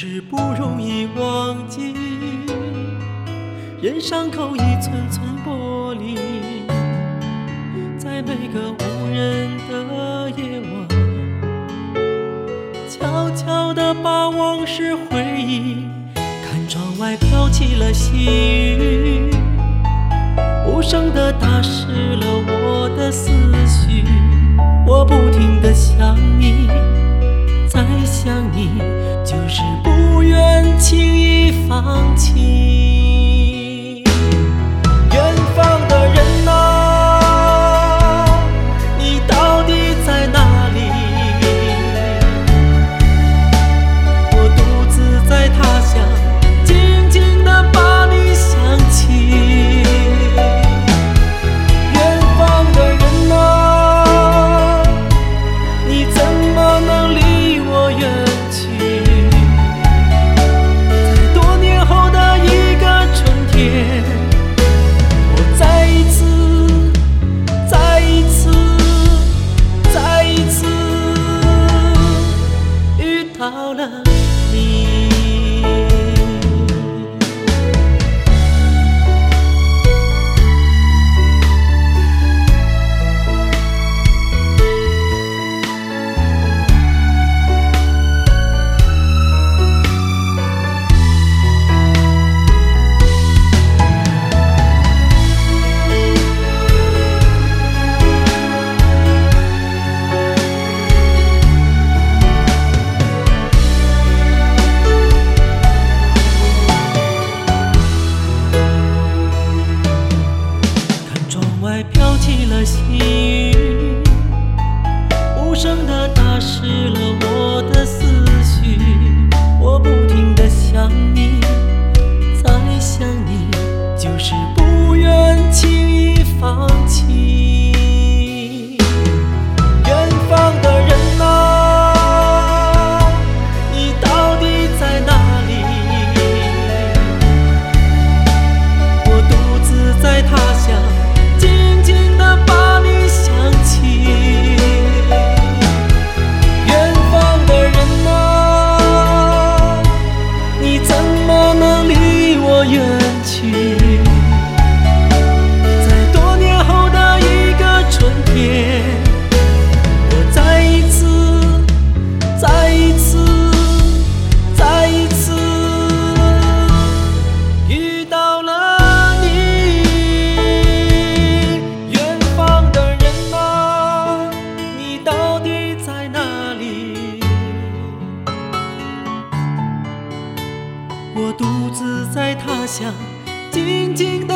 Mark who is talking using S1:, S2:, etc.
S1: 是不容易忘记，任伤口一寸寸剥离，在每个无人的夜晚，悄悄地把往事回忆。看窗外飘起了细雨，无声地打湿了我的思绪。我不停地想你，再想你，就是不愿轻易放弃。远方的人啊，你到底在哪里？我独自在他乡，静静地把你想起。远方的人啊，你怎么能离我远去？在多年后的一个春天，我再一次遇到了你。外飘起了细雨，无声地打湿了我的思绪。我不停地想你，再想你，就是不愿轻易放弃。远方的人啊，你到底在哪里？我独自在他乡，静静地把你想起。远方的人啊，你怎么能离我远去？在多年后的一个春天，我再一次遇到了你。远方的人啊，你到底在哪里？我独自在他乡，静静地